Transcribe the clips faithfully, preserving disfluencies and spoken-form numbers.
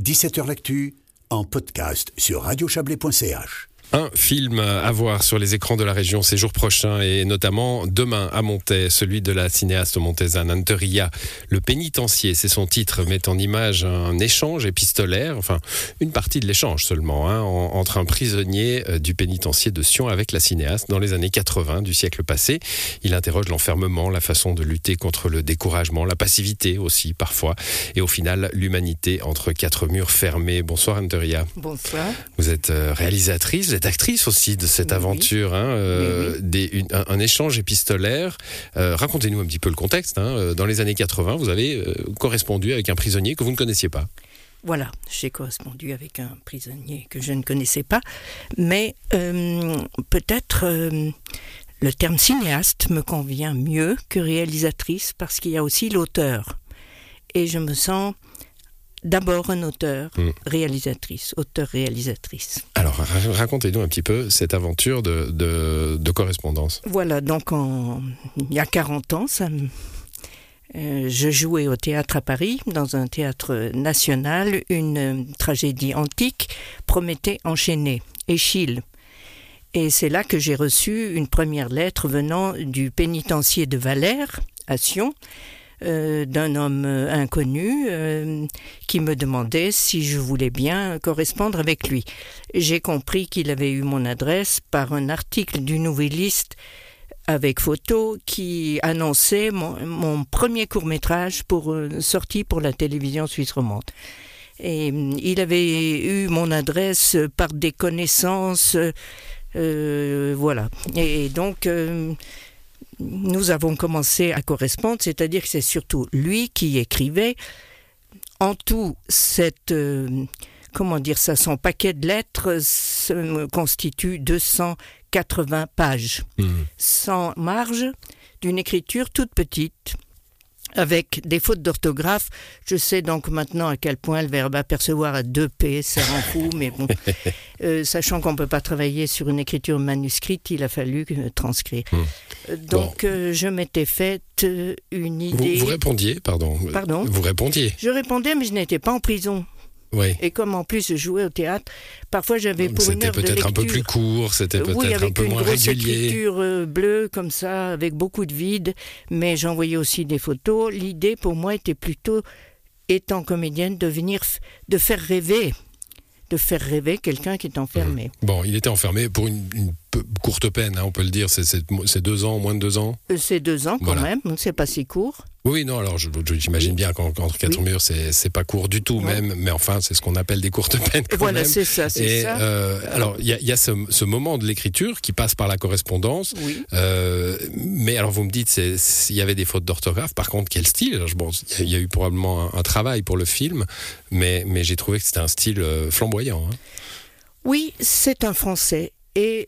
dix-sept heures L'actu, en podcast sur radio chablais point c h. Un film à voir sur les écrans de la région ces jours prochains et notamment demain à Montaix, celui de la cinéaste montaisanne Anne Teria. Le pénitencier, c'est son titre, met en image un échange épistolaire, enfin une partie de l'échange seulement, hein, entre un prisonnier du pénitencier de Sion avec la cinéaste dans les années quatre-vingts du siècle passé. Il interroge l'enfermement, la façon de lutter contre le découragement, la passivité aussi parfois, et au final l'humanité entre quatre murs fermés. Bonsoir Anne Teria. Bonsoir. Vous êtes réalisatrice, vous êtes actrice aussi de cette oui, aventure, hein, euh, oui, oui. Des, une, un, un échange épistolaire. Euh, racontez-nous un petit peu le contexte. Hein. Dans les années quatre-vingts, vous avez euh, correspondu avec un prisonnier que vous ne connaissiez pas. Voilà, j'ai correspondu avec un prisonnier que je ne connaissais pas, mais euh, peut-être euh, le terme cinéaste me convient mieux que réalisatrice parce qu'il y a aussi l'auteur. Et je me sens d'abord un auteur, mmh. réalisatrice, auteur-réalisatrice. Alors, racontez-nous un petit peu cette aventure de, de, de correspondance. Voilà, donc en, il y a quarante ans, ça, euh, je jouais au théâtre à Paris, dans un théâtre national, une euh, tragédie antique, Prométhée enchaîné, Échille. Et c'est là que j'ai reçu une première lettre venant du pénitencier de Valère, à Sion, Euh, d'un homme euh, inconnu euh, qui me demandait si je voulais bien correspondre avec lui. J'ai compris qu'il avait eu mon adresse par un article du Nouvelliste avec photo qui annonçait mon, mon premier court-métrage pour, euh, sorti pour la télévision suisse romande. Et euh, il avait eu mon adresse par des connaissances, euh, voilà. Et, et donc... Euh, Nous avons commencé à correspondre, c'est-à-dire que c'est surtout lui qui écrivait. En tout, cette, euh, comment dire ça, son paquet de lettres se constitue deux cent quatre-vingts pages, mmh. sans marge, d'une écriture toute petite, avec des fautes d'orthographe. Je sais donc maintenant à quel point le verbe apercevoir a deux P, ça rend fou, mais bon. Euh, sachant qu'on ne peut pas travailler sur une écriture manuscrite, il a fallu euh, transcrire. Mmh. Donc bon. euh, je m'étais faite euh, une idée... Vous, vous répondiez, pardon. Pardon Vous répondiez. Je répondais, mais je n'étais pas en prison. Oui. Et comme en plus je jouais au théâtre, parfois j'avais Donc pour une heure de lecture... C'était peut-être un peu plus court, c'était peut-être oui, un peu moins régulier. Oui, avec une grosse écriture euh, bleue comme ça, avec beaucoup de vide, mais j'envoyais aussi des photos. L'idée pour moi était plutôt, étant comédienne, de venir, f- de faire rêver, de faire rêver quelqu'un qui est enfermé. Mmh. Bon, il était enfermé pour une, une peu, courte peine, hein, on peut le dire, c'est, c'est, c'est deux ans, moins de deux ans euh, C'est deux ans quand voilà. même, donc c'est pas si court. Oui, non, alors je, je, j'imagine oui. bien qu'entre quatre oui. murs, c'est, c'est pas court du tout, ouais. même, mais enfin, c'est ce qu'on appelle des courtes peines quand voilà, même. c'est ça, c'est Et, ça. Euh, alors, il y a, y a ce, ce moment de l'écriture qui passe par la correspondance, oui. euh, mais alors vous me dites, c'est, il y avait des fautes d'orthographe, par contre, quel style ? Bon, il y a eu probablement un, un travail pour le film, mais, mais j'ai trouvé que c'était un style flamboyant. Hein. Oui, c'est un français, et...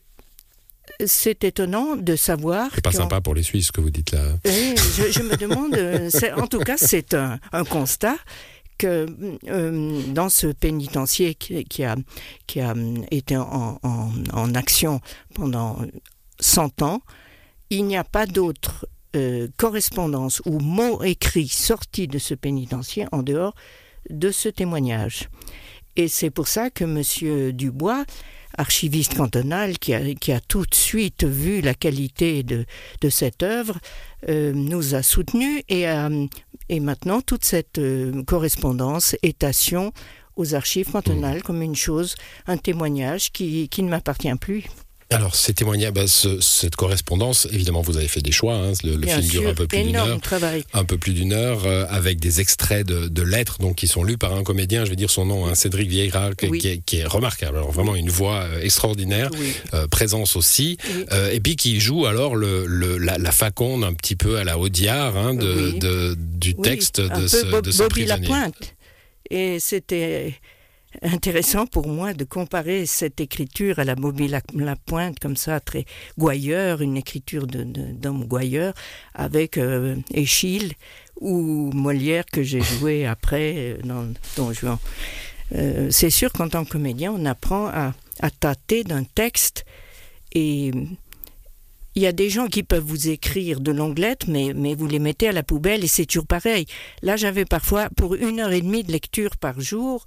c'est étonnant de savoir... C'est pas sympa pour les Suisses, ce que vous dites là. Et je, je me demande... C'est, en tout cas, c'est un, un constat que euh, dans ce pénitencier qui, qui, a, qui a été en, en, en action pendant cent ans, il n'y a pas d'autre euh, correspondance ou mot écrit sorti de ce pénitencier en dehors de ce témoignage. Et c'est pour ça que M. Dubois, archiviste cantonal, qui a, qui a tout de suite vu la qualité de, de cette œuvre, euh, nous a soutenus et, a, et maintenant toute cette euh, correspondance est à Sion aux archives cantonales comme une chose, un témoignage qui, qui ne m'appartient plus. Alors, ces témoignages, bah, ce, cette correspondance, évidemment, vous avez fait des choix. Hein, le, le film sûr, dure un peu plus d'une heure, travail. un peu plus d'une heure, euh, avec des extraits de, de lettres, donc qui sont lus par un comédien. Je vais dire son nom, hein, Cédric Vieira, qui, oui. qui, est, qui est remarquable. Alors vraiment une voix euh, extraordinaire, oui. euh, présence aussi, oui. euh, et puis qui joue alors le, le, la, la faconde un petit peu à la Audiard hein, de, oui. de, du texte oui, de ce, Bob, de ce Bobby prisonnier. Lapointe. Et c'était intéressant pour moi de comparer cette écriture à la Bobby Lapointe, comme ça, très gouailleur, une écriture de, de, d'homme gouailleur, avec euh, Échille ou Molière que j'ai joué après dans Don Juan. Euh, c'est sûr qu'en tant que comédien, on apprend à, à tâter d'un texte et il y a des gens qui peuvent vous écrire de longues lettres, mais, mais vous les mettez à la poubelle et c'est toujours pareil. Là, j'avais parfois, pour une heure et demie de lecture par jour,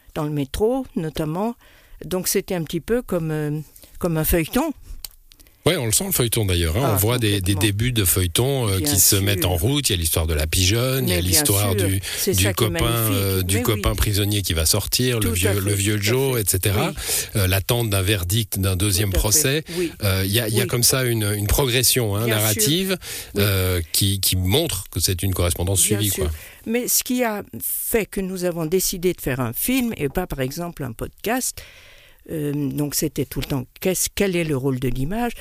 dans le métro notamment. Donc c'était un petit peu comme, euh, comme un feuilleton. Oui, on le sent le feuilleton d'ailleurs. Hein. Ah, on voit des, des débuts de feuilletons euh, qui se sûr. mettent en route. Il y a l'histoire de la pigeonne, Mais il y a l'histoire sûr. du, du copain, euh, du copain oui. prisonnier qui va sortir, le vieux, le vieux Joe, et cetera. Oui. Euh, l'attente d'un verdict, d'un deuxième procès. Il oui. euh, y, a, y a oui. comme ça une, une progression hein, narrative euh, qui, qui montre que c'est une correspondance Bien suivie. Quoi. Mais ce qui a fait que nous avons décidé de faire un film et pas par exemple un podcast, euh, donc c'était tout le temps qu'est-ce, quel est le rôle de l'image,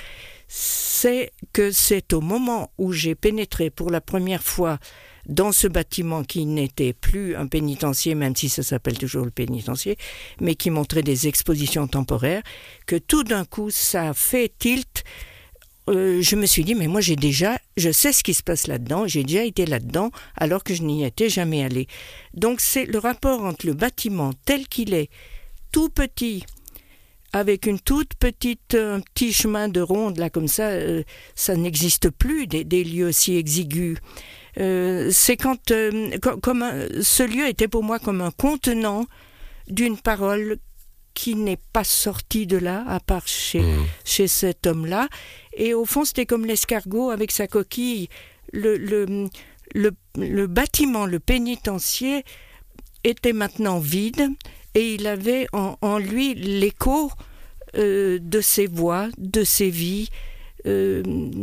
c'est que c'est au moment où j'ai pénétré pour la première fois dans ce bâtiment qui n'était plus un pénitencier, même si ça s'appelle toujours le pénitencier, mais qui montrait des expositions temporaires, que tout d'un coup ça a fait tilt. Euh, je me suis dit, mais moi j'ai déjà, je sais ce qui se passe là-dedans, j'ai déjà été là-dedans alors que je n'y étais jamais allé. Donc c'est le rapport entre le bâtiment tel qu'il est, tout petit, avec une toute petite, un petit chemin de ronde, là, comme ça, euh, ça n'existe plus, des, des lieux si exigus. Euh, c'est quand, euh, comme, comme un, ce lieu était pour moi comme un contenant d'une parole qui n'est pas sortie de là, à part chez, mmh. chez cet homme-là. Et au fond, c'était comme l'escargot avec sa coquille. Le, le, le, le bâtiment, le pénitencier, était maintenant vide. Et il avait en, en lui l'écho euh, de ses voix, de ses vies. Euh,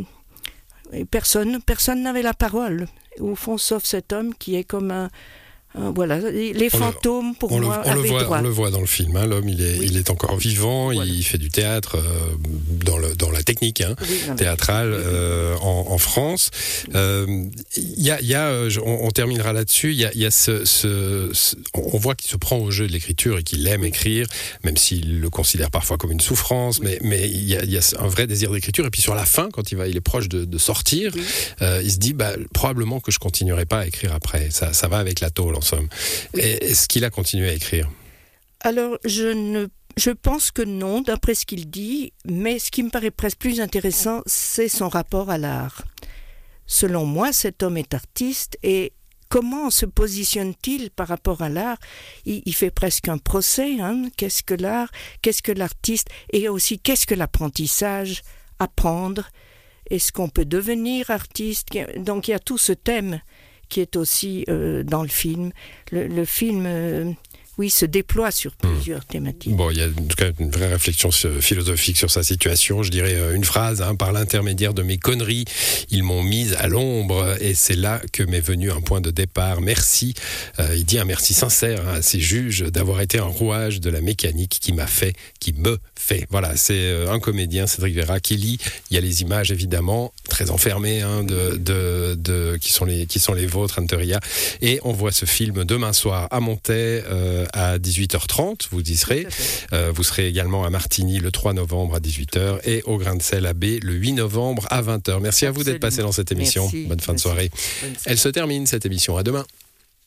et personne, personne n'avait la parole, au fond, sauf cet homme qui est comme un... un voilà, les on fantômes, le, pour on moi, le, on avaient le voit, droit. On le voit dans le film, hein, l'homme, il est, oui. il est encore vivant, voilà. Il fait du théâtre euh, dans, le, dans la technique hein, oui, théâtrale euh, en, en France. Il euh, y a, y a, on, on terminera là-dessus, il y a, y a ce, ce, ce, on voit qu'il se prend au jeu de l'écriture et qu'il aime écrire, même s'il le considère parfois comme une souffrance, oui. mais, mais il, y a, il y a un vrai désir d'écriture. Et puis sur la fin, quand il, va, il est proche de, de sortir, oui. euh, il se dit bah, probablement que je continuerai pas à écrire après. Ça, ça va avec la tôle en somme. Oui. Est-ce qu'il a continué à écrire ? Alors, je ne, je pense que non, d'après ce qu'il dit, mais ce qui me paraît presque plus intéressant, c'est son rapport à l'art. Selon moi, cet homme est artiste et comment se positionne-t-il par rapport à l'art ? il, il fait presque un procès, hein ? Qu'est-ce que l'art ? Qu'est-ce que l'artiste ? Et aussi, qu'est-ce que l'apprentissage ? Apprendre ? Est-ce qu'on peut devenir artiste ? Donc, il y a tout ce thème qui est aussi euh, dans le film. Le, le film, euh, oui, se déploie sur plusieurs mmh. thématiques. Bon, il y a en tout cas une vraie réflexion philosophique sur sa situation. Je dirais une phrase, hein, par l'intermédiaire de mes conneries, ils m'ont mise à l'ombre et c'est là que m'est venu un point de départ. Merci. Euh, il dit un merci sincère hein, à ses juges d'avoir été un rouage de la mécanique qui m'a fait, qui me fait. Voilà, c'est un comédien, Cédric Véra, qui lit. Il y a les images, évidemment, très enfermées, hein, de, de, de, qui, sont les, qui sont les vôtres, Anne-Théoria. Et on voit ce film demain soir à Montaix, euh, à dix-huit heures trente. Vous y serez. Euh, vous serez également à Martigny le trois novembre à dix-huit heures et au Grain de Sel à B le huit novembre à vingt heures. Merci à vous Absolument. D'être passé dans cette émission. Merci. Bonne fin Merci. De soirée. Bonne Elle se termine, cette émission. À demain.